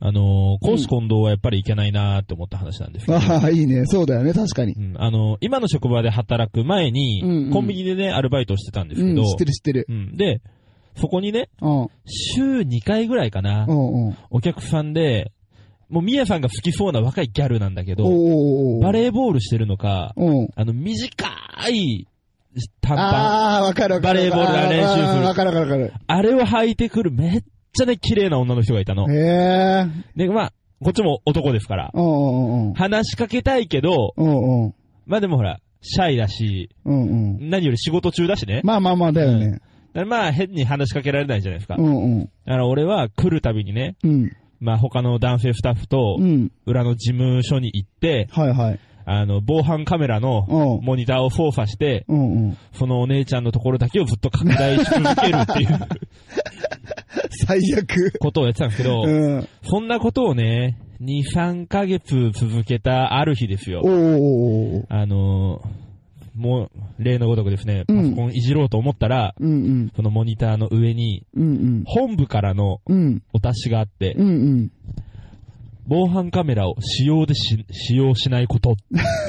公私混同はやっぱりいけないなーって思った話なんですけど。 ああ、いいね。そうだよね、確かに。 今の職場で働く前に、コンビニでね、アルバイトをしてたんですけど。 知ってる。 で、そこにね、週2回ぐらいかな、お客さんで、もうミヤさんが好きそうな若いギャルなんだけど、バレーボールしてるのか、短い短パン。 わかる。 バレーボールが練習する。 わかる。 あれを履いてくるめっちゃね、綺麗な女の人がいたの。で、まあ、こっちも男ですから。話しかけたいけど、まあでもほら、シャイだし、何より仕事中だしね。 まあだよね。 まあ変に話しかけられないじゃないですか。だから俺は来るたびにね、まあ他の男性スタッフと、裏の事務所に行って、防犯カメラのモニターを操作して、そのお姉ちゃんのところだけをずっと拡大し続けるっていう。 最悪。 ことをやってたんですけど、そんなことをね、2、3ヶ月続けたある日ですよ。もう、例のごとくですね、パソコンいじろうと思ったら、そのモニターの上に、本部からのお達しがあって、防犯カメラを使用しないこと。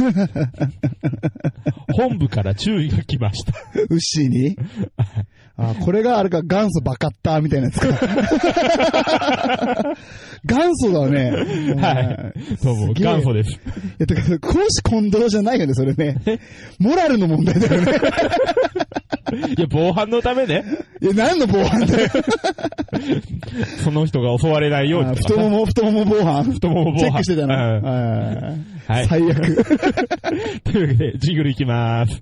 本部から注意が来ました。 ウッシーにこれがあれか、元祖バカッターみたいなやつか。元祖だね。 はい。どうも、元祖です。 てか、公私混同じゃないよね、それね。モラルの問題だよね。 いや、防犯のためね。 いや、何の防犯だよ。 その人が襲われないように。 太もも防犯チェックしてたな。 はい。 最悪。 というわけで、ジングルいきまーす。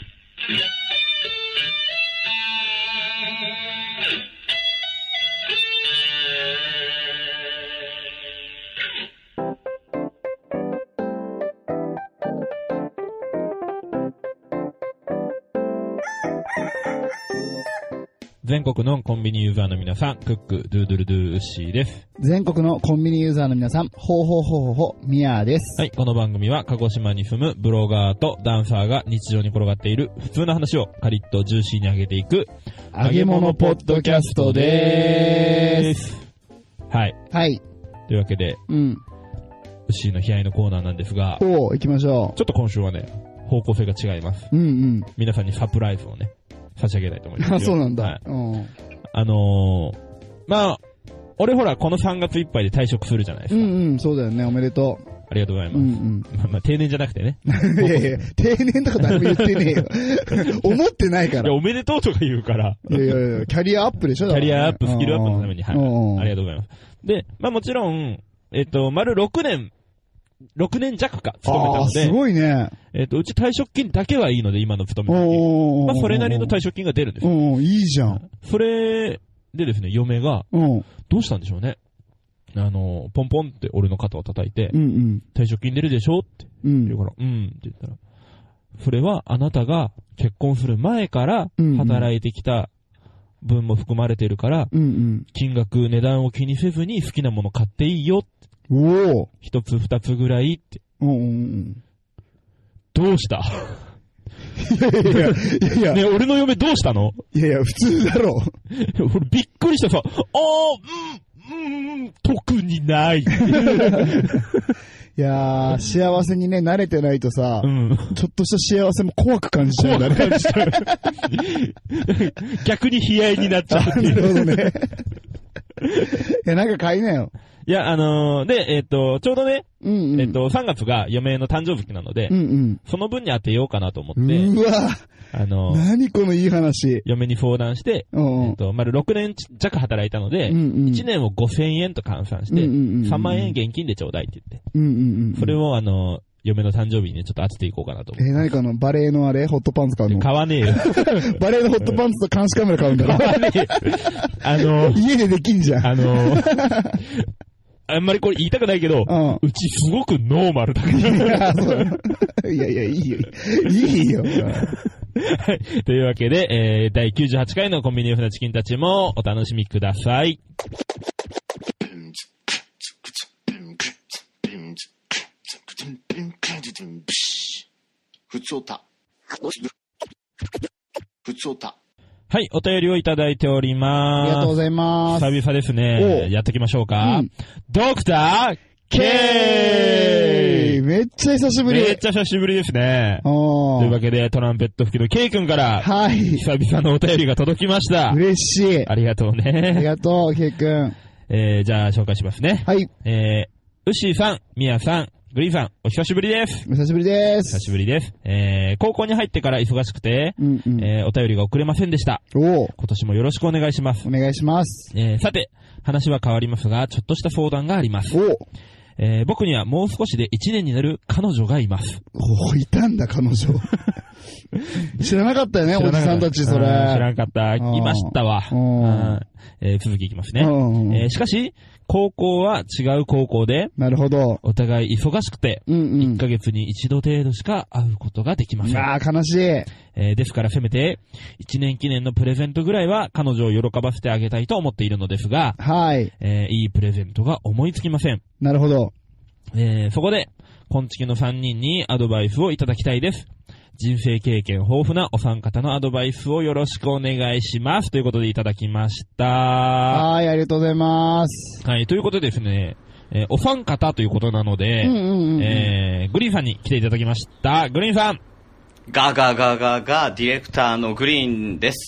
全国のコンビニユーザーの皆さん、クック、ドゥードゥルドゥーッシーです。 全国のコンビニユーザーの皆さん、ミヤーです。 はい、この番組は鹿児島に住むブロガーとダンサーが日常に転がっている普通の話をカリッとジューシーに上げていく揚げ物ポッドキャストでーす。 はい。というわけで、ウッシーの悲哀のコーナーなんですが、 行きましょう。ちょっと今週はね、方向性が違います。皆さんにサプライズをね、差し上げたいと思いますよ。 そうなんだ。 はい、まあ、俺ほら、この3月いっぱいで退職するじゃないですか。 そうだよね。おめでとう。 ありがとうございます。まあ、定年じゃなくてね。 いや、定年とか誰も言ってねえよ。思ってないから。 いや、おめでとうとか言うから。 いや、キャリアアップでしょ。 キャリアアップ、スキルアップのために。はい。ありがとうございます。で、まあもちろん、丸6年弱か、勤めたので。 すごいね。 うち退職金だけはいいので、今の勤め先。まあそれなりの退職金が出るんですよ。 いいじゃん。 それでですね、嫁が、どうしたんでしょうね。ポンポンって俺の肩を叩いて、退職金出るでしょって言うから、って言ったら、それはあなたが結婚する前から働いてきた分も含まれてるから、金額、値段を気にせずに好きなもの買っていいよって。一つ二つぐらいって。どうしたいやね、俺の嫁どうしたの？ いや、普通だろ。 俺びっくりしたさ、特にない。いやー、幸せにね、慣れてないとさ、ちょっとした幸せも怖く感じちゃうんだね。 逆に悲哀になっちゃうっていう。 なるほどね。いや、なんか買いなよ。 いや、で、ちょうどね、3月が嫁の誕生日なので、その分に当てようかなと思って、何このいい話。嫁に相談して、丸6年弱働いたので、1年を5000円と換算して、3万円現金でちょうだいって言って、それを嫁の誕生日にね、ちょっと当てていこうかなと思って。 何かバレーのホットパンツ買うの？ 買わねえよ。 バレーのホットパンツと監視カメラ買うんだろ？ 買わねえよ。 家でできんじゃん。 あんまりこれ言いたくないけど、うちすごくノーマルだから。 いや、いいよ。いいよ。 はい。というわけで、第98回のコンビニエンスなチキンたちもお楽しみください。 はい、お便りをいただいております。 ありがとうございます。 久々ですね。やっていきましょうか。ドクター K！ めっちゃ久しぶり。 めっちゃ久しぶりですね。というわけで、トランペット吹きの K 君から、はい。久々のお便りが届きました。 嬉しい。 ありがとうね。 ありがとう、K 君。 じゃあ、紹介しますね。 はい。 ウッシーさん、ミヤさん、グリーンさん、お久しぶりです。 お久しぶりです。 久しぶりです。高校に入ってから忙しくて、お便りが送れませんでした。今年もよろしくお願いします。 お願いします。 さて、話は変わりますが、ちょっとした相談があります。僕にはもう少しで1年になる彼女がいます。 いたんだ、彼女。知らなかったよね、おじさんたち、それ。知らなかった。いましたわ。続きいきますね。しかし、高校は違う高校で、 なるほど。 お互い忙しくて、1ヶ月に一度程度しか会うことができません。 悲しい。 ですからせめて、1年記念のプレゼントぐらいは彼女を喜ばせてあげたいと思っているのですが、 はい。 いいプレゼントが思いつきません。 なるほど。 そこで、今月の3人にアドバイスをいただきたいです。人生経験豊富なお三方のアドバイスをよろしくお願いします。ということでいただきました。 はい、ありがとうございます。 はい、ということでですね、お三方ということなので、グリーンさんに来ていただきました。グリーンさん。 ガーガーガーガーガー、ディレクターのグリーンです。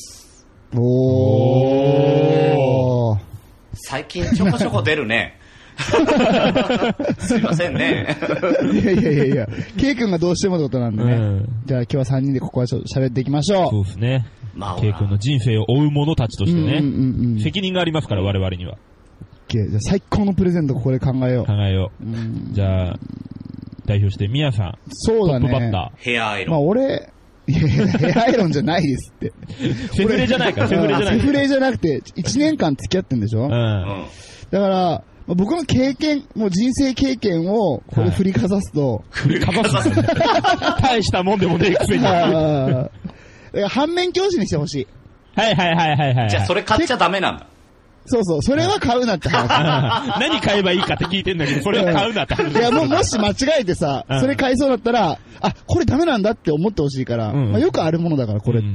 おー。 最近ちょこちょこ出るね。すいませんね。 いや、K 君がどうしてもってことなんでね。じゃあ今日は3人でここは喋っていきましょう。 そうですね。K 君の人生を追う者たちとしてね、責任がありますから、我々には。 じゃあ最高のプレゼントここで考えよう。 じゃあ、代表してミヤさん。 そうだね。 トップバッター。 ヘアアイロン。 俺、ヘアアイロンじゃないですって。 セフレじゃないから、セフレじゃない。 セフレじゃなくて、1年間付き合ってんでしょ？だから、僕の経験、もう人生経験をこれ振りかざすと、 振りかざす大したもんでもねえくせに。 反面教師にしてほしい。 はい。 じゃあそれ買っちゃダメなんだ。 そう、それは買うなって話。 何買えばいいかって聞いてんだけど、それは買うなって話。 いや、もし間違えてさ、それ買いそうだったら、これダメなんだって思ってほしいから、よくあるものだから、これって。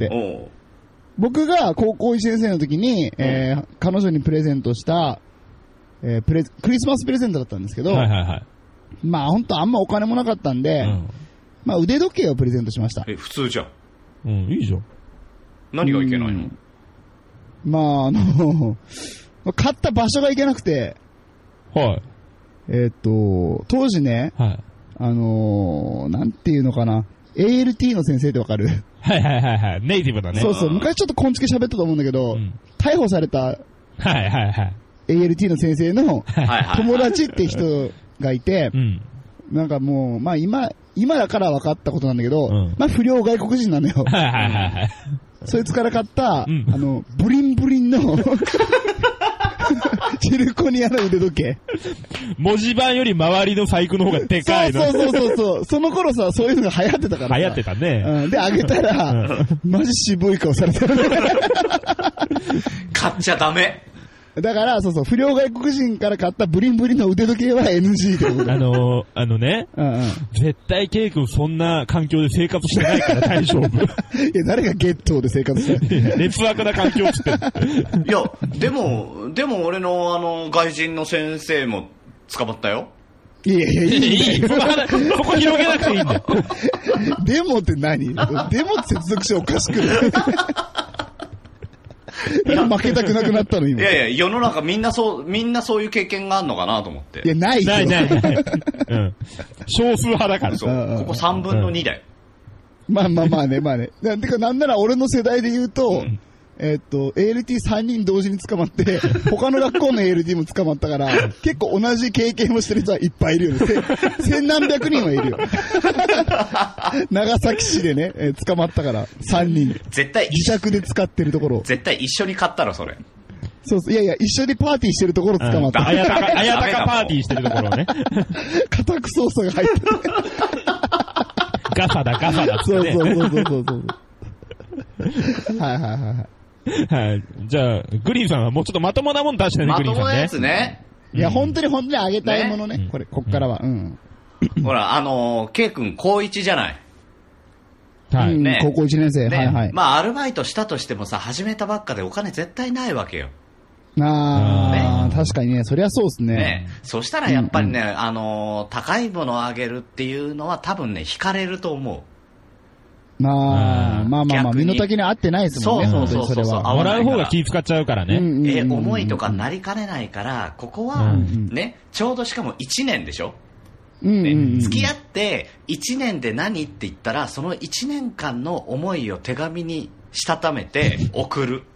僕が高校1年生の時に、彼女にプレゼントした、クリスマスプレゼントだったんですけど、まあ本当あんまお金もなかったんで、まあ腕時計をプレゼントしました。 普通じゃん。 いいじゃん。 何がいけないの？ まあ買った場所がいけなくて、 はい。 当時ね、なんていうのかな、ALT の先生ってわかる？ はい。ネイティブだね。 そう、昔ちょっとこんちき喋ったと思うんだけど、逮捕された、ALT の先生の友達って人がいて、なんかもう、まあ今だから分かったことなんだけど、まあ不良外国人なのよ。そいつから買った、ブリンブリンの、チルコニアの腕時計。 文字盤より周りの細工の方がでかいの。 そう。その頃さ、そういうのが流行ってたからさ。 流行ってたね。 で、あげたら、マジ渋い顔されてる。 買っちゃダメ。 だから、不良外国人から買ったブリンブリンの腕時計は NG ってことだ。 絶対K君そんな環境で生活してないから大丈夫。 いや、誰がゲットーで生活してる？ 劣悪な環境って言っていや、でも俺の外人の先生も捕まったよ。 いや、いい。 そこ広げなくていいんだよ。 デモって何？デモって接続詞おかしくない？負けたくなくなったの今。 いや、世の中みんなそういう経験があるのかなと思って。 いや、ない。 少数派だから。 そう。ここ3分の2だよ。 まあね。てか、なんなら俺の世代で言うと、ALT3 人同時に捕まって、他の学校の ALT も捕まったから、結構同じ経験をしてる人はいっぱいいるよね。千何百人はいるよ。長崎市でね、捕まったから、3人。 絶対自宅で使ってるところ。 絶対一緒に買ったろ、それ。 そう、いや、一緒にパーティーしてるところ捕まった。 あやたかパーティーしてるところね。 家宅捜査が入ってる。 ガサだってそう。 はい。じゃあ、グリーンさんはもうちょっとまともなもん出してね、グリーンさんね。 まともなやつね。 いや、本当にあげたいものね。こっからは。 ほら、K 君高1じゃない。 はい。 ね、高校1年生。はいはい。 まあ、アルバイトしたとしてもさ、始めたばっかでお金絶対ないわけよ。 確かにね、そりゃそうですね。 そしたらやっぱりね、高いものをあげるっていうのは多分ね、惹かれると思う。 まあ、身の丈に合ってないですもんね。 そう。 もらう方が気使っちゃうからね。 思いとかなりかねないから、ここは、ね、ちょうどしかも1年でしょ？付き合って1年で何って言ったら、その1年間の思いを手紙にしたためて送る。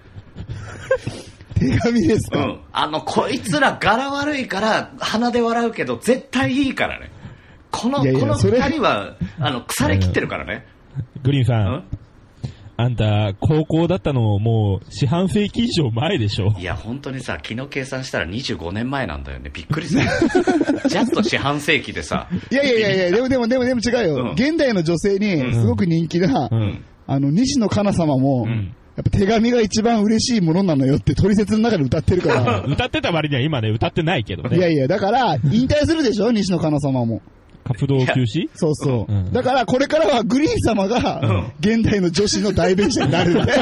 手紙ですか？ こいつら柄悪いから鼻で笑うけど絶対いいからね。この二人は腐れ切ってるからね。 グリーンさん、あんた高校だったのもう四半世紀以上前でしょ。 いや本当にさ、昨日計算したら25年前なんだよね。びっくりする。ジャスト四半世紀でさ。 いやでも違うよ。現代の女性にすごく人気な西野カナ様も。やっぱ手紙が一番嬉しいものなのよって取説の中で歌ってるから。 歌ってた割には今ね、歌ってないけどね。 いや、だから、引退するでしょ西野カナ様も。 活動休止？ そうそう。だから、これからはグリーン様が、現代の女子の代弁者になるんで。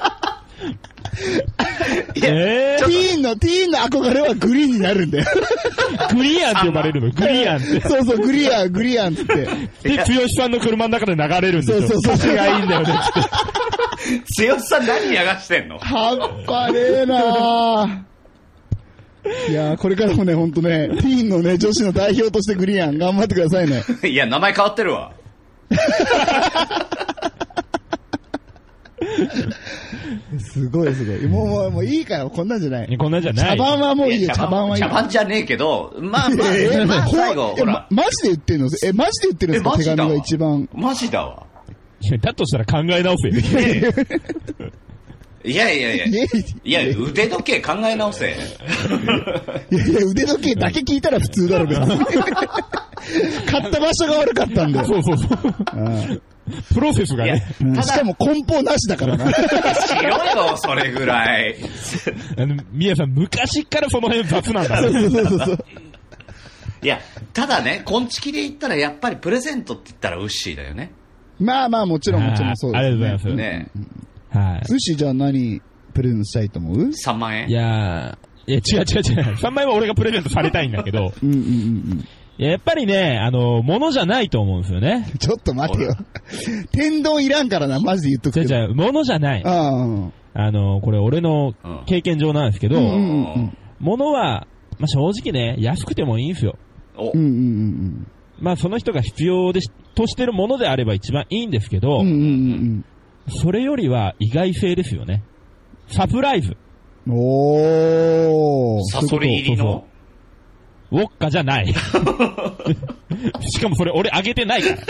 ティーンの憧れはグリーンになるんだよ。 グリアンって呼ばれるの？グリアンって。 そう、グリアンって。 で、剛さんの車の中で流れるんですよ。 そう。 がいいんだよねって。 剛さん何流してんの？ 半端ねえなぁ。いやこれからもね、ほんとね、ティーンのね、女子の代表としてグリアン頑張ってくださいね。 いや、名前変わってるわ。 すごい。もういいから、こんなんじゃない。 こんなんじゃない。 茶番はもういいよ、茶番はいい。 茶番じゃねえけど、まあ、最後、ほら。 マジで言ってんの？マジで言ってるんですか？手紙が一番。 マジだわ。 だとしたら考え直せ。 いや、腕時計考え直せ。 いや、腕時計だけ聞いたら普通だろ、別に。買った場所が悪かったんだよ。 そう。プロセスがね。 しかも梱包なしだからな。 しろよ、それぐらい。 みやさん、昔からその辺雑なんだ。 そう。 いや、ただね、こんちきで言ったらやっぱりプレゼントって言ったらウッシーだよね。 まあ、もちろんそうですね。 ありがとうございます。 ね。 はい。ウッシーじゃあ何プレゼントしたいと思う ？3万円？ いや、違う。3万円は俺がプレゼントされたいんだけど。やっぱりね、物じゃないと思うんですよね。 ちょっと待てよ。天丼いらんからな、マジで言っとくけど。 物じゃない。これ俺の経験上なんですけど、物は、まあ、正直ね、安くてもいいんですよ。まあ、その人が必要としてるものであれば一番いいんですけど、それよりは意外性ですよね。サプライズ。 サソリ入りのウォッカじゃない。しかもそれ俺あげてないから。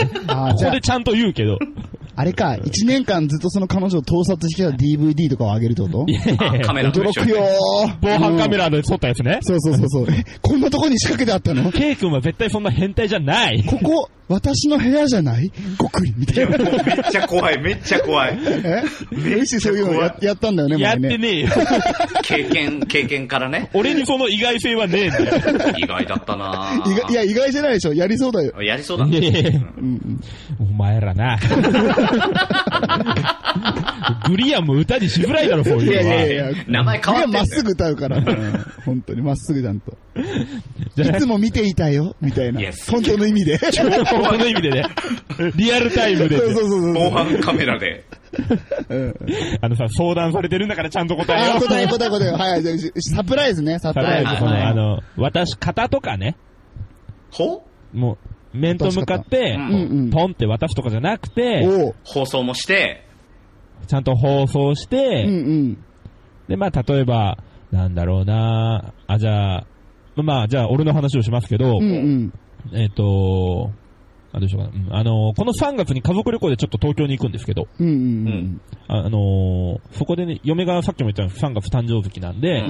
ここでちゃんと言うけど。 あれか、1年間ずっとその彼女を盗撮してた DVD とかをあげるってこと？ カメラと一緒に。 驚くよ防犯カメラで撮ったやつね。 そう。こんなとこに仕掛けてあったの？ ケイ君は絶対そんな変態じゃない。 ここ、私の部屋じゃないごくりみたいな。 めっちゃ怖い。 めっちゃ怖い。そういうのやったんだよね、 やってねえよ。 経験からね。 俺にその意外性はねえんだよ。 意外だったな。 いや、意外じゃないでしょ。やりそうだよ。 やりそうだね。 お前らな。グリアンも歌にしづらいだろ、そういうのは。 いや、名前変わってんだよ。 まっすぐ歌うから。本当にまっすぐちゃんと。いつも見ていたよ、みたいな。本当の意味で。 本当の意味でね。リアルタイムで。 そう。 防犯カメラで。 相談されてるんだからちゃんと答えよう。 答え。はい、サプライズね、サプライズ。 渡し方とかね。もう、面と向かって、ポンって渡すとかじゃなくて、 放送もして、 ちゃんと放送して、で、まあ、例えば、なんだろうなじゃあ、俺の話をしますけど、なんでしょうかな。この3月に家族旅行でちょっと東京に行くんですけど、そこでね、嫁がさっきも言ったように3月誕生月なんで、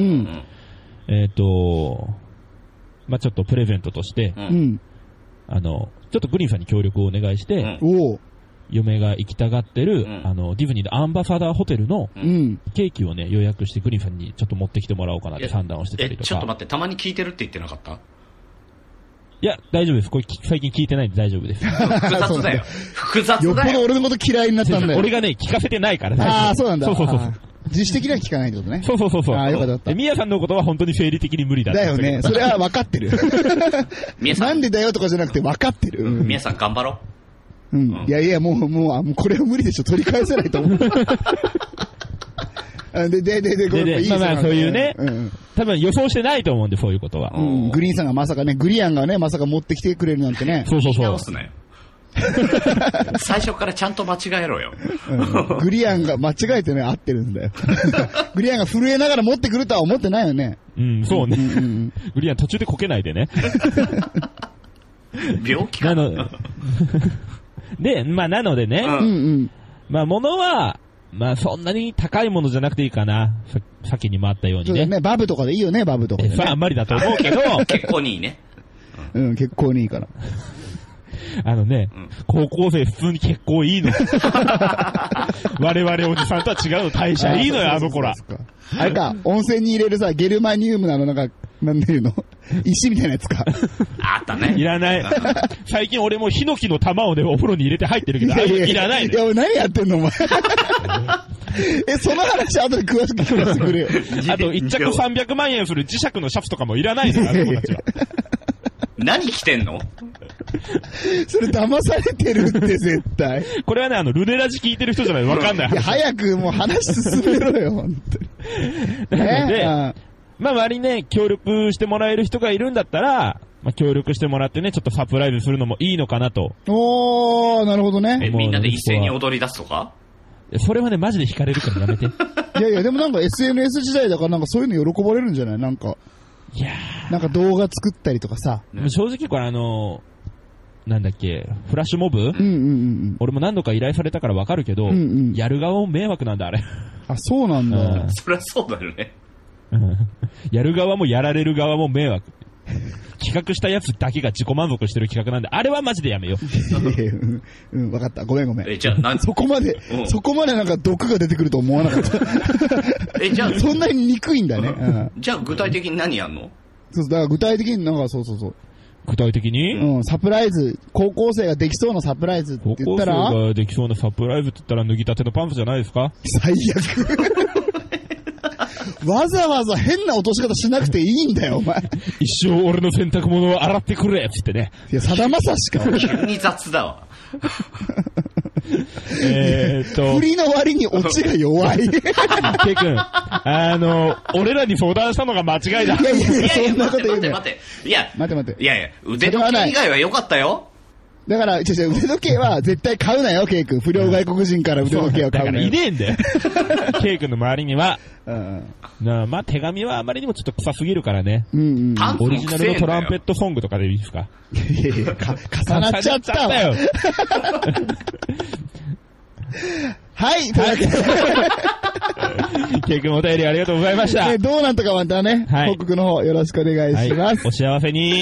まあ、ちょっとプレゼントとして、ちょっとグリーンさんに協力をお願いして、嫁が行きたがってる、ディズニーのアンバサダーホテルのケーキをね、予約してグリーンさんにちょっと持ってきてもらおうかなって判断をしてたりとか。 ちょっと待って、たまに聞いてるって言ってなかった？ いや、大丈夫です。これ最近聞いてないんで大丈夫です。 複雑だよ。複雑だよ。 よっぽど俺のこと嫌いになったんだよ。 俺がね、聞かせてないからね。 ああ、そうなんだ。 そう。 自主的には聞かないってことね。 そう。 ああ、よかった。 ミヤさんのことは本当に生理的に無理だだよね。それは分かってる。なんでだよとかじゃなくて分かってる。 ミヤさん頑張ろう。いや、もうこれは無理でしょ。取り返せないと思う。 で、まあそういうね、多分予想してないと思うんで、そういうことは。 グリーンさんがまさかね、グリアンがね、まさか持ってきてくれるなんてね。 そう。 直すなよ。最初からちゃんと間違えろよ。 グリアンが間違えてね、合ってるんだよ。グリアンが震えながら持ってくるとは思ってないよね。 そうね。グリアン途中でこけないでね。 病気かな。 で、まあなのでね、まあ物は、まあそんなに高いものじゃなくていいかな。先にもあったようにね。 バブとかでいいよね、バブとかで、ね。 それはあんまりだと思うけど。 結構にいいね。 結構にいいから。 高校生普通に結構いいの。我々おじさんとは違うの、代謝いいのよ、あの子ら。 あれか、温泉に入れるさ、ゲルマニウムなの、なんていうの石みたいなやつか。 あったね。 いらない。最近俺もヒノキの玉をね、お風呂に入れて入ってるけど、いらない。 いや、何やってんの、お前。その話後で詳しく聞かせてくれよ。 あと、1着300万円する磁石のシャツとかもいらないのよ、あの子たちは。 何着てんの？ それ騙されてるって絶対。 これはね、ルネラジ聞いてる人じゃないとわかんない。 いや、早くもう話進めろよ、本当に。 で、まあ周りにね、協力してもらえる人がいるんだったら、まあ協力してもらってね、ちょっとサプライズするのもいいのかなと。 おー、なるほどね。 みんなで一斉に踊り出すとか？ それはね、マジで惹かれるからやめて。 いや、でもSNS 時代だからそういうの喜ばれるんじゃない？ いやー。動画作ったりとかさ。 正直これなんだっけ、フラッシュモブ？俺も何度か依頼されたからわかるけど、やる側も迷惑なんだ、あれ。 あ、そうなんだ。 そりゃそうだよね。 やる側もやられる側も迷惑。企画したやつだけが自己満足してる企画なんで、あれはマジでやめよう。わかった。ごめん。 じゃあそこまで毒が出てくると思わなかった。 じゃあそんなに憎いんだね。 じゃあ具体的に何やんの？ そう、だから具体的にそう。 具体的に？ サプライズ、高校生ができそうなサプライズって言ったら？ 高校生ができそうなサプライズって言ったら脱ぎたてのパンツじゃないですか？ 最悪。わざわざ変な落とし方しなくていいんだよ、お前。 一生俺の洗濯物を洗ってくれって言ってね。 いや、さだまさしか。 急に雑だわ。 振りの割にオチが弱い。ケイ君、俺らに相談したのが間違いだ。 いや、そんなこと言うね。 待って。いや、腕時計以外は良かったよ。 だから、腕時計は絶対買うなよ、ケイ君。不良外国人から腕時計を買うなよ。 だからいねえんだよ。ケイ君の周りには。まあ、手紙はあまりにもちょっと臭すぎるからね。オリジナルのトランペットソングとかでいいですか？ いや、重なっちゃったわよ。はい、というわけで。 ケイ君お便りありがとうございました。 どうなんとかまたね、報告の方よろしくお願いします。 お幸せに。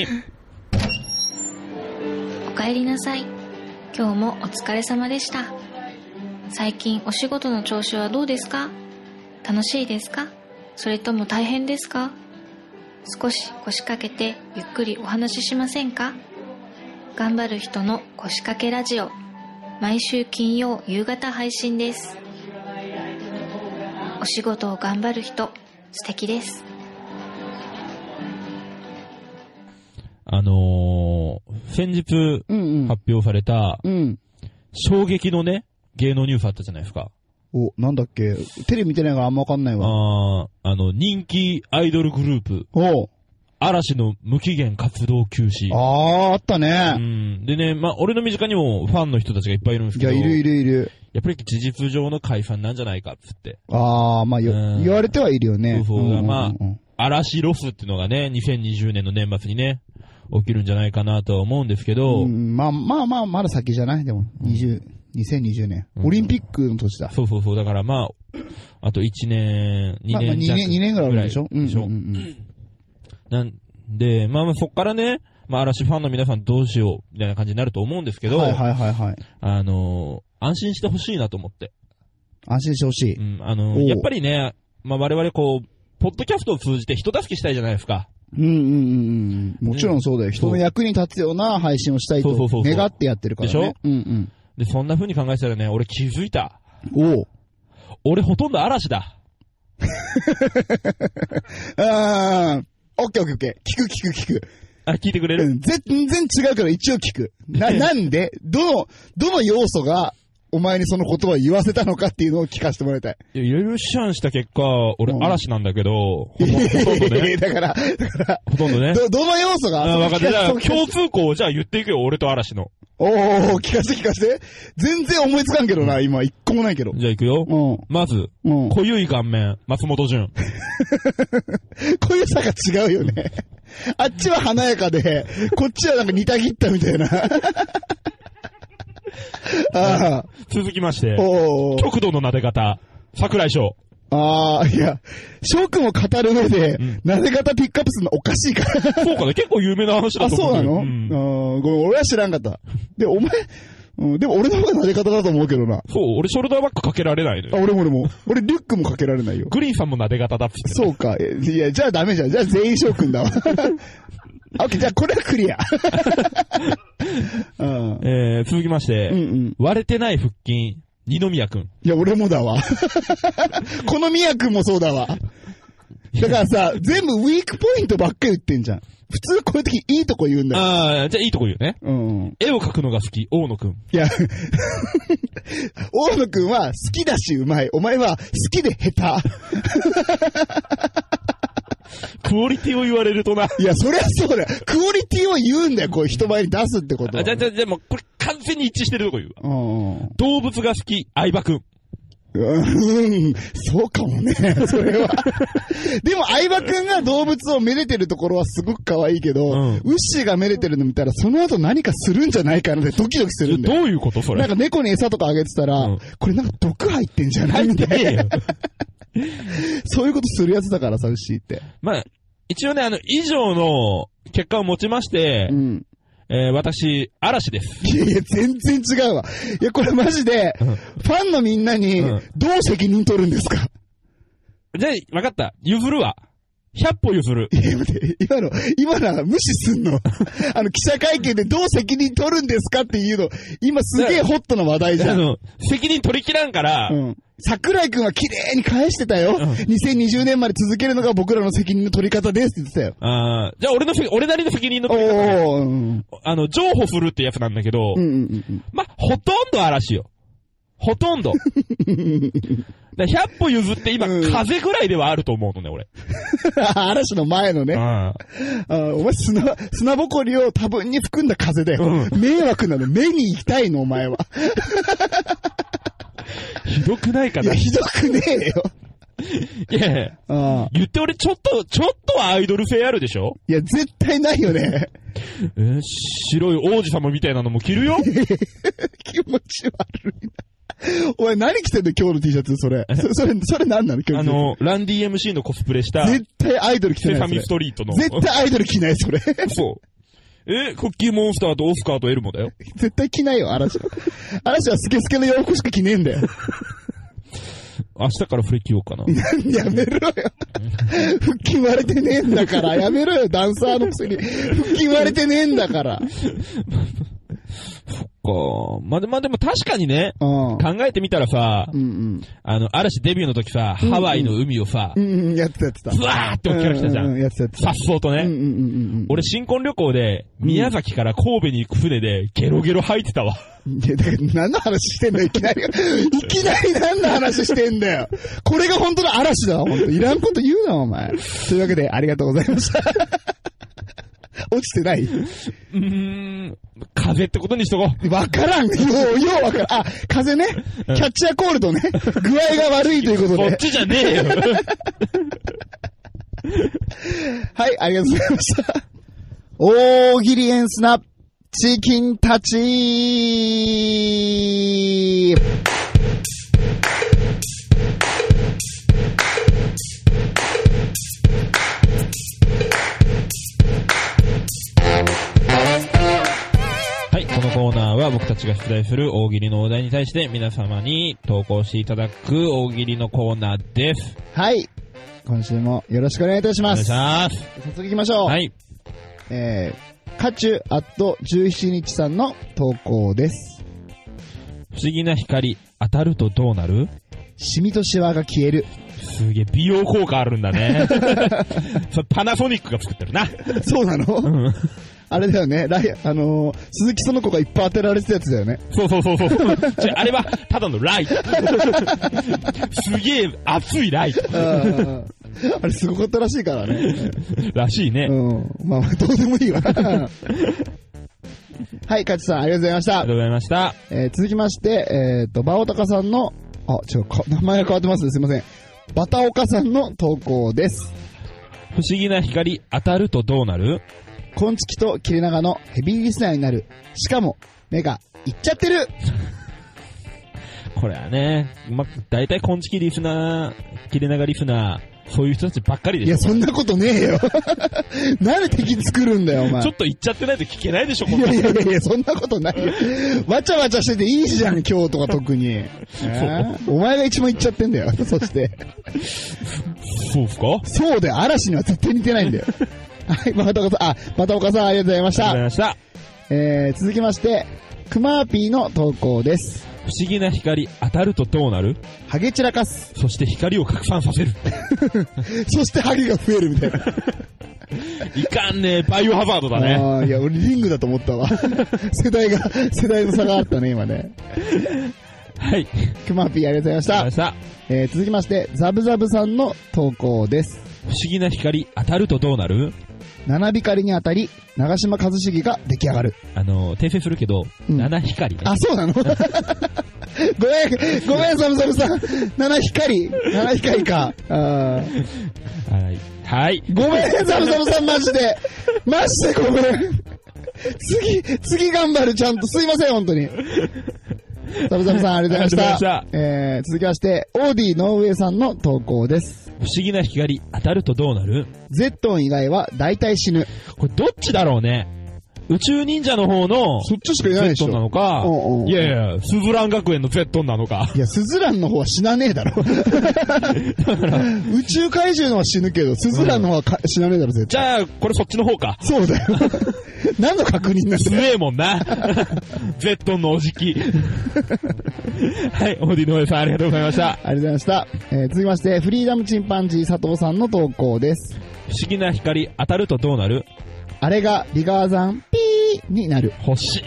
おかえりなさい。今日もお疲れ様でした。最近お仕事の調子はどうですか？楽しいですか？それとも大変ですか？少し腰掛けてゆっくりお話ししませんか？頑張る人の腰掛けラジオ、毎週金曜夕方配信です。お仕事を頑張る人、素敵です。 先日発表された衝撃のね芸能ニュースあったじゃないですか。 お、なんだっけ、テレビ見てないからあんまわかんないわ。 人気アイドルグループ嵐の無期限活動休止。 あったね。 でね、まあ俺の身近にもファンの人たちがいっぱいいるんですけど。 いや、いる。 やっぱり事実上の解散なんじゃないかっつって。 まあ言われてはいるよね。 そう、まあ嵐ロスっていうのがね、2020年の年末にね起きるんじゃないかなとは思うんですけど。 まだ先じゃない？でも2020年、オリンピックの年だ。 そう。だからまああと1年2年弱 2年ぐらいあるでしょ。 なんでまあそっからね、まあ嵐ファンの皆さんどうしようみたいな感じになると思うんですけど。 はい。 安心してほしいなと思って。 安心してほしい。 やっぱりね、まあ我々こうポッドキャストを通じて人助けしたいじゃないですか。 もちろんそうだよ。人の役に立つような配信をしたいと願ってやってるからね。 でしょ？で、そんな風に考えたらね、俺気づいた。俺ほとんど嵐だ。 オッケー。聞く。 聞いてくれる？ 全然違うから一応聞く。なんでどの要素が、お前にその言葉を言わせたのかっていうのを聞かせてもらいたい。 いろいろ思案した結果、俺嵐なんだけど、ほとんどね。 だから、 ほとんどね。 どの要素が分かった。じゃあ、共通項をじゃあ言っていくよ、俺と嵐の。 聞かせて。全然思いつかんけどな、今、一個もないけど。 じゃあ行くよ。まず、濃ゆい顔面、松本潤。 濃ゆさが違うよね。あっちは華やかで、こっちはなんか似たぎったみたいな。 続きまして、極度の撫で方、桜井翔。 いや、翔くんを語る上で、撫で方ピックアップするのおかしいから。 そうかね、結構有名な話だと思う。 そうなの？ごめん、俺は知らんかった。で、お前、でも俺の方が撫で方だと思うけどな。 そう、俺ショルダーバッグかけられないのよ。 俺も。俺リュックもかけられないよ。 グリーンさんも撫で方だって言ってそうか。いや、じゃあダメじゃん。じゃあ全員翔くんだわ。オッケー、じゃあこれはクリア。 続きまして、割れてない腹筋、二宮くん。 いや、俺もだわ。この宮くんもそうだわ。だからさ、全部ウィークポイントばっかり言ってんじゃん。普通こういう時いいとこ言うんだよ。 じゃあいいとこ言うね。絵を描くのが好き、大野くん。 いや、大野くんは好きだしうまい。お前は好きで下手。 クオリティを言われるとな。 いや、そりゃそうだよ。クオリティを言うんだよ、こう人前に出すってことは。 じゃあもう、これ完全に一致してるとこ言うわ。動物が好き、相葉くん。 そうかもね、それは。でも、相葉くんが動物をめでてるところはすごく可愛いけど、ウッシーがめでてるの見たら、その後何かするんじゃないかなってドキドキするんだよ。 どういうことそれ？ なんか猫に餌とかあげてたら、これなんか毒入ってんじゃないみたいな。そういうことするやつだからさ、ウッシーって。 まあ、一応ね、以上の結果をもちまして、私、嵐です。 いや、全然違うわ。いや、これマジで、ファンのみんなに、どう責任取るんですか？ じゃあ、わかった。譲るわ。100歩譲る。 いや、待って、今のは無視すんの。記者会見でどう責任取るんですかっていうの、今すげえホットな話題じゃん。 責任取りきらんから、 桜井くんは綺麗に返してたよ。2020年まで続けるのが僕らの責任の取り方ですって言ってたよ。じゃあ俺なりの責任の取り方、ね。譲歩するってやつなんだけど、ま、ほとんど嵐よ。ほとんど。100歩譲って今、風ぐらいではあると思うのね、俺。 嵐の前のね。お前砂ぼこりを多分に含んだ風だよ。迷惑なの。目に行きたいの、お前は。 ひどくないかな。 いや、ひどくねえよ。 いや、言って俺ちょっとはアイドル性あるでしょ？ いや、絶対ないよね。 白い王子様みたいなのも着るよ。 気持ち悪いな。お前何着てんの今日の T シャツそれ。それ何なの今日ランディ MC のコスプレした。 絶対アイドル着てない。 セサミストリートの。 絶対アイドル着ない、それ。 そう。クッキーモンスターとオスカーとエルモだよ。 絶対着ないよ、嵐。嵐はスケスケの洋服しか着ねえんだよ。 明日からフレ着ようかな。 やめろよ。腹筋割れてねえんだから。やめろよ、ダンサーのくせに。腹筋割れてねえんだから。 そっか。まあ、でも確かにね、考えてみたらさ、嵐デビューの時さ、ハワイの海をさ、 やってた。 ふわーって大きく来たじゃん。さっそうとね。俺新婚旅行で、宮崎から神戸に行く船で、ゲロゲロ吐いてたわ。 いや、だから何の話してんのいきなり何の話してんだよ。これが本当の嵐だわ、本当いらんこと言うな、お前。というわけで、ありがとうございました。落ちてない？ 風ってことにしとこう。わからん。ようわからん。風ね。キャッチャーコールドね。具合が悪いということで。 そっちじゃねえよ。 はい、ありがとうございました。大喜利エンスナチキンたちはい、このコーナーは僕たちが出題する大喜利のお題に対して皆様に投稿していただく大喜利のコーナーです。 はい。 今週もよろしくお願いいたします。 お願いします。 早速行きましょう。 はい。 カチュ@17日さんの投稿です。 不思議な光当たるとどうなる？ シミとシワが消える。 すげえ美容効果あるんだね。それパナソニックが作ってるな。 そうなの？ うん。 あれだよね、鈴木園子がいっぱい当てられてたやつだよね。 そう。あれは、ただのライト。すげえ熱いライト。 あれすごかったらしいからね。 らしいね。 まあ、どうでもいいわ。はい、カチさん、ありがとうございました。 ありがとうございました。 続きまして、バオタカさんの、名前が変わってますね。すいません。バタオカさんの投稿です。 不思議な光当たるとどうなる？ コンチキとキレナガのヘビーリスナーになる。しかも、目がいっちゃってる。 これはね、だいたいコンチキリスナー、キレナガリスナー、そういう人たちばっかりでしょ。 いや、そんなことねえよ。なんで敵作るんだよ、お前。 ちょっと言っちゃってないと聞けないでしょ、 いや、そんなことないよ。わちゃわちゃしてていいじゃん、今日とか特に。お前が一番言っちゃってんだよ、そして。 そうっすか？ そうだよ、嵐には絶対似てないんだよ。はい、バタオカさん、ありがとうございました。 ありがとうございました。 続きまして、クマーピーの投稿です。 不思議な光当たるとどうなる？ ハゲ散らかす。 そして光を拡散させる。 そしてハゲが増えるみたいな。 いかんねえ、バイオハザードだね。 いや、俺リングだと思ったわ。世代の差があったね、今ね。 はい。 クマーピーありがとうございました。続きまして、ザブザブさんの投稿です。 不思議な光当たるとどうなる？ 七光に当たり、長嶋一茂が出来上がる。 訂正するけど、七光ね。 あ、そうなの？ごめん、サムサムさん。七光か。 はい。 ごめん、サムサムさん、マジでごめん。次頑張る、ちゃんと。すいません、本当に。サムサムさん、ありがとうございました。続きまして、オーディノーウェイさんの投稿です。 不思議な光当たるとどうなる？ ゼットン以外は大体死ぬ。 これどっちだろうね。宇宙忍者の方のそっちしかいないでしょ。 ゼットンなのか、いや、スズラン学園のゼットンなのか。 いや、スズランの方は死なねえだろ。宇宙怪獣のは死ぬけど、スズランの方は死なねえだろ、絶対。 じゃあ、これそっちの方か。 そうだよ。何の確認なんだよ。 強えもんな。ゼットンのおじき。はい、オーディノエさんありがとうございました。 ありがとうございました。続きまして、フリーダムチンパンジー佐藤さんの投稿です。 不思議な光当たるとどうなる？ あれがリガーザンピーになる。 欲しい。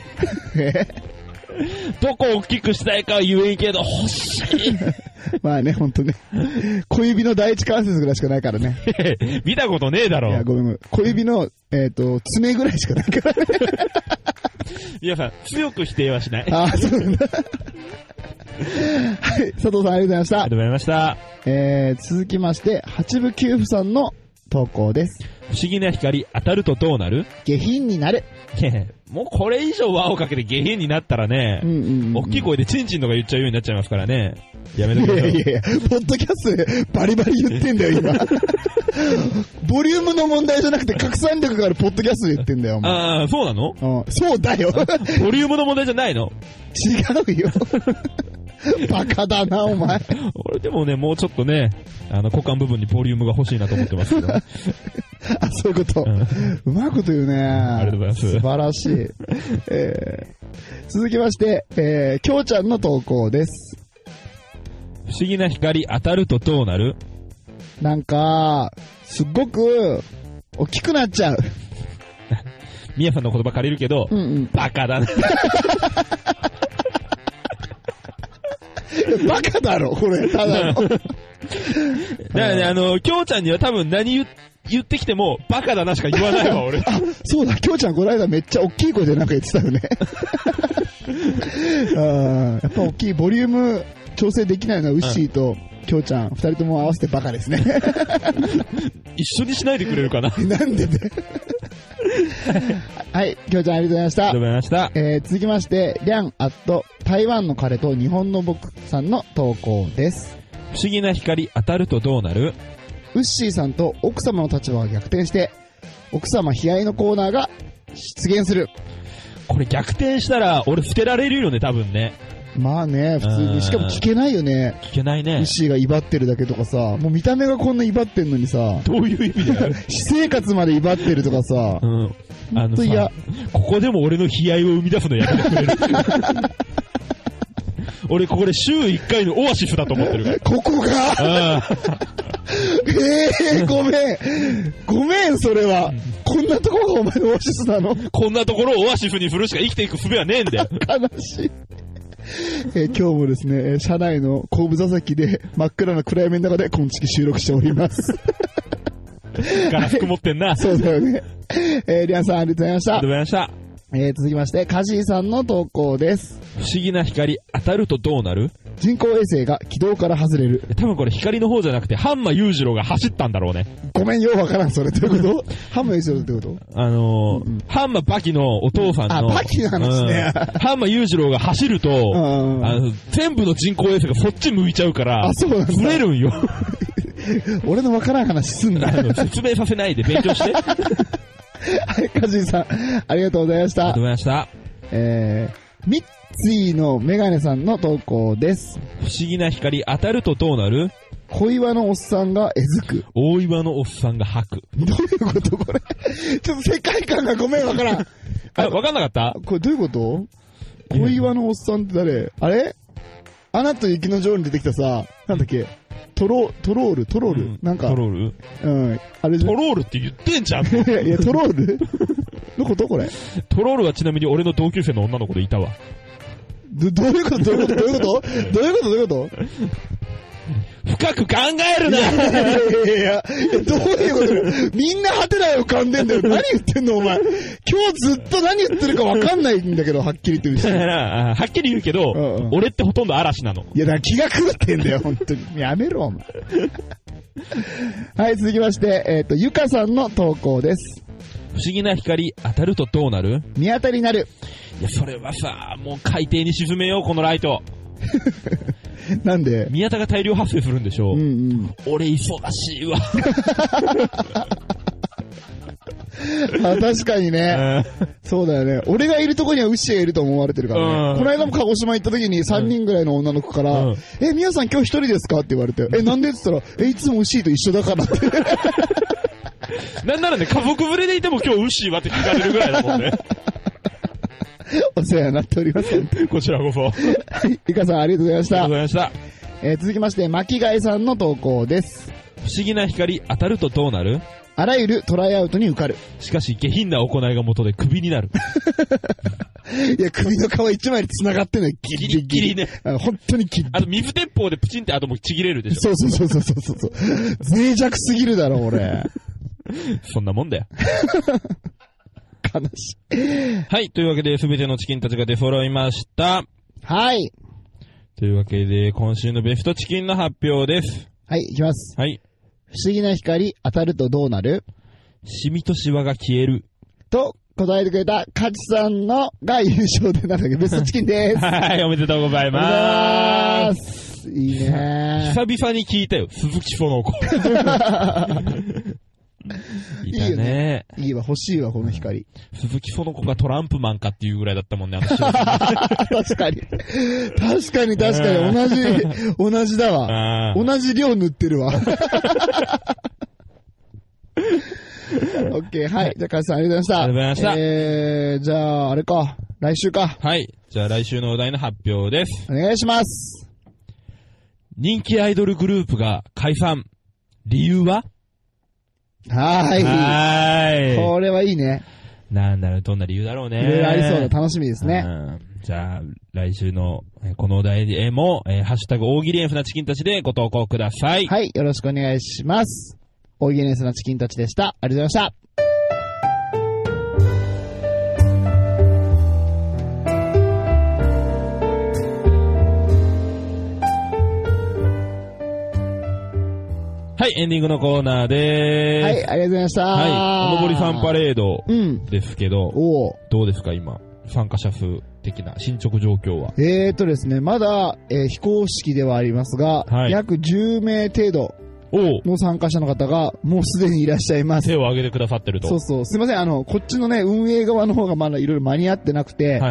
どこを大きくしたいかは言えんけど、欲しい。 まあね、ほんとね。小指の第一関節ぐらいしかないからね。 見たことねえだろ。 いや、ごめん。小指の、爪ぐらいしかないからね。 皆さん、強く否定はしない。 あ、そうなんだ。はい、佐藤さんありがとうございました。 ありがとうございました。 続きまして、八部九夫さんの投稿です。 不思議な光当たるとどうなる？ 下品になる。 もうこれ以上輪をかけて下品になったらね、大きい声でチンチンとか言っちゃうようになっちゃいますからね。やめてください。 いや、ポッドキャストでバリバリ言ってんだよ、今。ボリュームの問題じゃなくて拡散力があるポッドキャストで言ってんだよ、お前。 ああ、そうなの？ そうだよ。 ボリュームの問題じゃないの？ 違うよ。バカだな、お前。 俺でもね、もうちょっとね、股間部分にボリュームが欲しいなと思ってますけど。 あ、そういうこと。うまいこと言うね。 ありがとうございます。 素晴らしい。続きまして、きょうちゃんの投稿です。 不思議な光当たるとどうなる？ なんか、すっごく、大きくなっちゃう。 みやさんの言葉借りるけど、バカだな。 バカだろ、これ、ただの。だからね、きょうちゃんには多分何言ってきても、バカだなしか言わないわ、俺。 あ、そうだ、きょうちゃんこの間めっちゃ大きい声でなんか言ってたよね。やっぱ大きいボリューム調整できないのはウッシーときょうちゃん、二人とも合わせてバカですね。 一緒にしないでくれるかな。 なんでね。はい、きょうちゃんありがとうございました。 ありがとうございました。 続きまして、リャン台湾の彼と日本の僕さんの投稿です。 不思議な光当たるとどうなる？ ウッシーさんと奥様の立場が逆転して、奥様悲哀のコーナーが出現する。 これ逆転したら俺捨てられるよね、多分ね。 まあね、普通に。しかも聞けないよね。 聞けないね。 牛が威張ってるだけとかさ、もう見た目がこんな威張ってんのにさ、 どういう意味だよ。 私生活まで威張ってるとかさ、 うん。ここでも俺の悲哀を生み出すのやめてくれる。俺ここで週1回のオアシスだと思ってるから。 ここがごめん、それは。こんなところがお前のオアシスなの？ こんなところをオアシスに振るしか生きていく術はねえんだよ。 悲しい。今日もですね、車内の後部座席で真っ暗な暗闇の中で今月収録しております。 ガラス曇ってんな。 そうだよね。リアンさんありがとうございました。 ありがとうございました。 続きまして、カジーさんの投稿です。 不思議な光当たるとどうなる？ 人工衛星が軌道から外れる。 多分これ光の方じゃなくて、ハンマ裕次郎が走ったんだろうね。 ごめん、ようわからん、それ。どういうこと？ハンマ裕次郎ってこと？ ハンマバキのお父さんの。 バキなんですね。 ハンマ裕次郎が走ると、全部の人工衛星がそっち向いちゃうから、 そうなんだ。 ずれるんよ。 俺のわからん話すんな。 説明させないで勉強して。 はい、カジーさん、ありがとうございました。 ありがとうございました。 ミッツィのメガネさんの投稿です。 不思議な光当たるとどうなる？ 小岩のおっさんがえずく。 大岩のおっさんが吐く。 どういうことこれ。ちょっと世界観がごめんわからん。 わかんなかった？ これどういうこと？小岩のおっさんって誰？あれ？アナと雪の女王に出てきたさ、なんだっけ？トロール、なんか。 トロール？ うん。あれトロールって言ってんじゃん。 いや、トロールのことこれ。 トロールはちなみに俺の同級生の女の子でいたわ。 どういうこと深く考えるな。 いや、どういうことみんなハテナを浮かんでんだよ。何言ってんのお前。今日ずっと何言ってるか分かんないんだけど、はっきり言ってるし。 だから、はっきり言うけど、俺ってほとんど嵐なの。 いや、だから気が狂ってんだよ、本当に。やめろ、お前。はい、続きまして、ゆかさんの投稿です。 不思議な光当たるとどうなる？ 見当たりなる。 いや、それはさ、もう海底に沈めよう、このライト。 なんで？ 宮田が大量発生するんでしょ？ うんうん。 俺忙しいわ。 確かにね。そうだよね。俺がいるとこにはウッシーがいると思われてるからね。この間も鹿児島行った時に3人ぐらいの女の子から、宮さん今日一人ですかって言われて、なんでって言ったら、いつもウッシーと一緒だからって。 なんならね、家族連れでいても今日ウッシーはって聞かれるぐらいだもんね。 お世話になっております。 こちらこそ。はい。 ゆかさんありがとうございました。 ありがとうございました。続きまして、巻貝さんの投稿です。 不思議な光当たるとどうなる？ あらゆるトライアウトに受かる。 しかし下品な行いが元でクビになる。 いや、首の皮一枚で繋がってんのよ。ギリギリね。本当にギリ。 あと水鉄砲でプチンってあともうちぎれるでしょ。 そう。脆弱すぎるだろ、俺。 そんなもんだよ。 悲しい。 はい。というわけで、すべてのチキンたちが出揃いました。 はい。 というわけで、今週のベストチキンの発表です。 はい、いきます。 はい。 不思議な光当たるとどうなる？ シミとシワが消える。 と答えてくれたカジさんのが優勝でなんだっけベストチキンです。 はい、おめでとうございます。 いいね。 久々に聞いたよ、鈴木園子。いたね。 いいわ、欲しいわ、この光。 鈴木園子がトランプマンかっていうぐらいだったもんね、 確かに。同じだわ。同じ量塗ってるわ。オッケー、はい。じゃあ、カズさんありがとうございました。 ありがとうございました。 じゃあ、あれか。来週か。 はい。じゃあ、来週のお題の発表です。 お願いします。 人気アイドルグループが解散。理由は？ はい。これはいいね。 なんだろう、どんな理由だろうね。 いろいろありそうだ。楽しみですね。 じゃあ、来週のこのお題でも、ハッシュタグ大喜利エンフなチキンたちでご投稿ください。 はい。よろしくお願いします。大喜利エンフなチキンたちでした。ありがとうございました。 はい、エンディングのコーナーでーす。 はい、ありがとうございました。 はい、おのぼりさんパレードですけど、どうですか、今、参加者数的な進捗状況は。 ですね、まだ、非公式ではありますが、約10名程度の参加者の方が、もうすでにいらっしゃいます。 手を挙げてくださってると。 そう。すいません、こっちのね、運営側の方がまだいろいろ間に合ってなくて、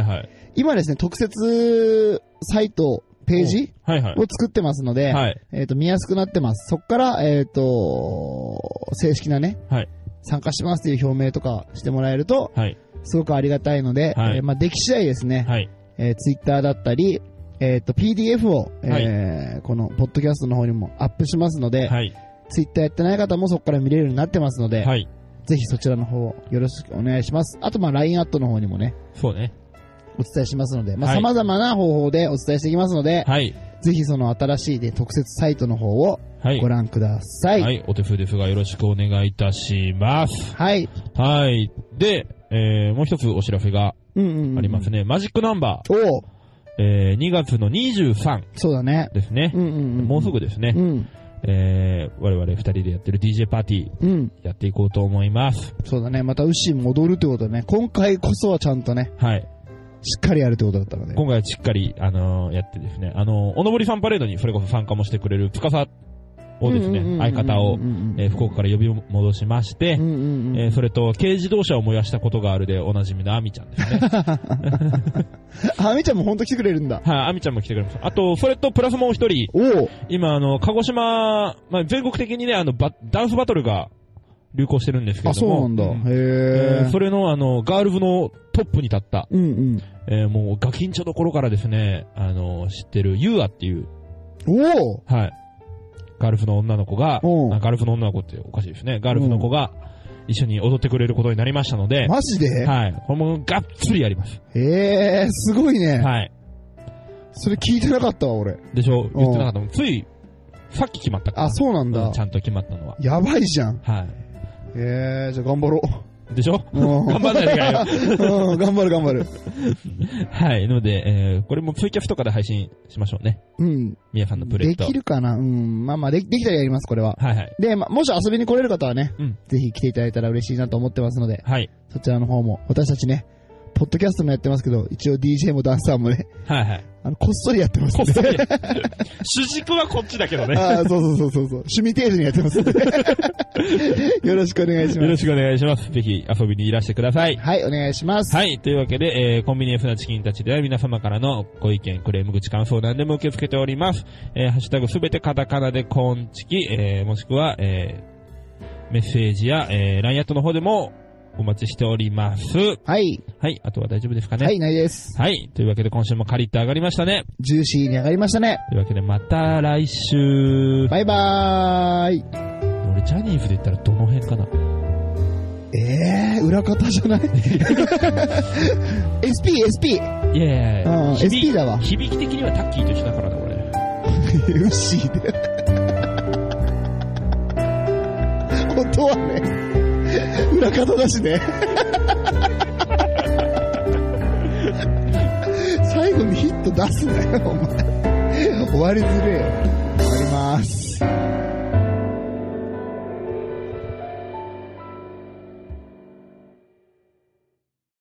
今ですね、特設サイト、ページを作ってますので、見やすくなってます。そこから、正式なね、参加しますという表明とかしてもらえると、すごくありがたいので、でき次第ですね、ツイッターだったり、PDF を、このポッドキャストの方にもアップしますので、ツイッターやってない方もそこから見れるようになってますので、ぜひそちらの方よろしくお願いします。あとLINE アットの方にもね、 そうね、 お伝えしますので、様々な方法でお伝えしていきますので、ぜひその新しいで特設サイトの方をご覧ください。 はい、お手数ですがよろしくお願いいたします。 はい。 はい。で、もう一つお知らせがありますね。マジックナンバー。2月の23。 そうだね。 ですね。もうすぐですね。我々二人でやってる DJ パーティー、やっていこうと思います。 そうだね。またウッシー戻るってことね。今回こそはちゃんとね。しっかりやるってことだったので。 今回はしっかり、やってですね、おのぼりファンパレードにそれこそ参加もしてくれるつかさをですね、相方を、福岡から呼び戻しまして、それと軽自動車を燃やしたことがあるでおなじみのアミちゃんですね。 アミちゃんも本当来てくれるんだ。 はい、アミちゃんも来てくれます。あと、それとプラスもう一人、今鹿児島、全国的にね、ダンスバトルが流行してるんですけれども。 そうなんだ。へそれのガールズのトップに立った、もうガキンチョの頃からですね、知ってるユーアっていう、はい。ガールフの女の子が、ガールフの女の子っておかしいですね。ガールフの子が一緒に踊ってくれることになりましたので。 マジで？ はい。これもがっつりやります。 すごいね。 はい。 それ聞いてなかったわ、俺。 でしょ？言ってなかったもん。つい、さっき決まったから。 そうなんだ。 ちゃんと決まったのは。 やばいじゃん。 はい。 じゃあ頑張ろう。 でしょ？頑張んないでかよ。頑張る。 はい。ので、これもツイキャスとかで配信しましょうね。皆さんのプレイと。 できるかな？できたらやります、これは。で、もし遊びに来れる方はね、ぜひ来ていただいたら嬉しいなと思ってますので、そちらの方も、私たちね、ポッドキャストもやってますけど、一応 DJ もダンサーもね、こっそりやってますね。 主軸はこっちだけどね。 そう。趣味程度にやってますので。よろしくお願いします。 よろしくお願いします。ぜひ遊びにいらしてください。 はい、お願いします。 はい、というわけで、コンビニエンスなチキンたちでは皆様からのご意見、クレーム、口、感想何でも受け付けております。ハッシュタグすべてカタカナでコンチキ、もしくは、メッセージや、LINE アットの方でもお待ちしております。 はい。 はい。あとは大丈夫ですかね？ はい、ないです。 はい。というわけで今週もカリッと上がりましたね。 ジューシーに上がりましたね。 というわけでまた来週。 バイバーイ。 俺ジャニーズで言ったらどの辺かな？ 裏方じゃない？ SP。 いや、 SP だわ。 響き的にはタッキーと一緒だからな、俺。 ウッシーで。本当はね。裏方だしね。最後にヒット出すなよ、お前。終わりづれえよ。終わります。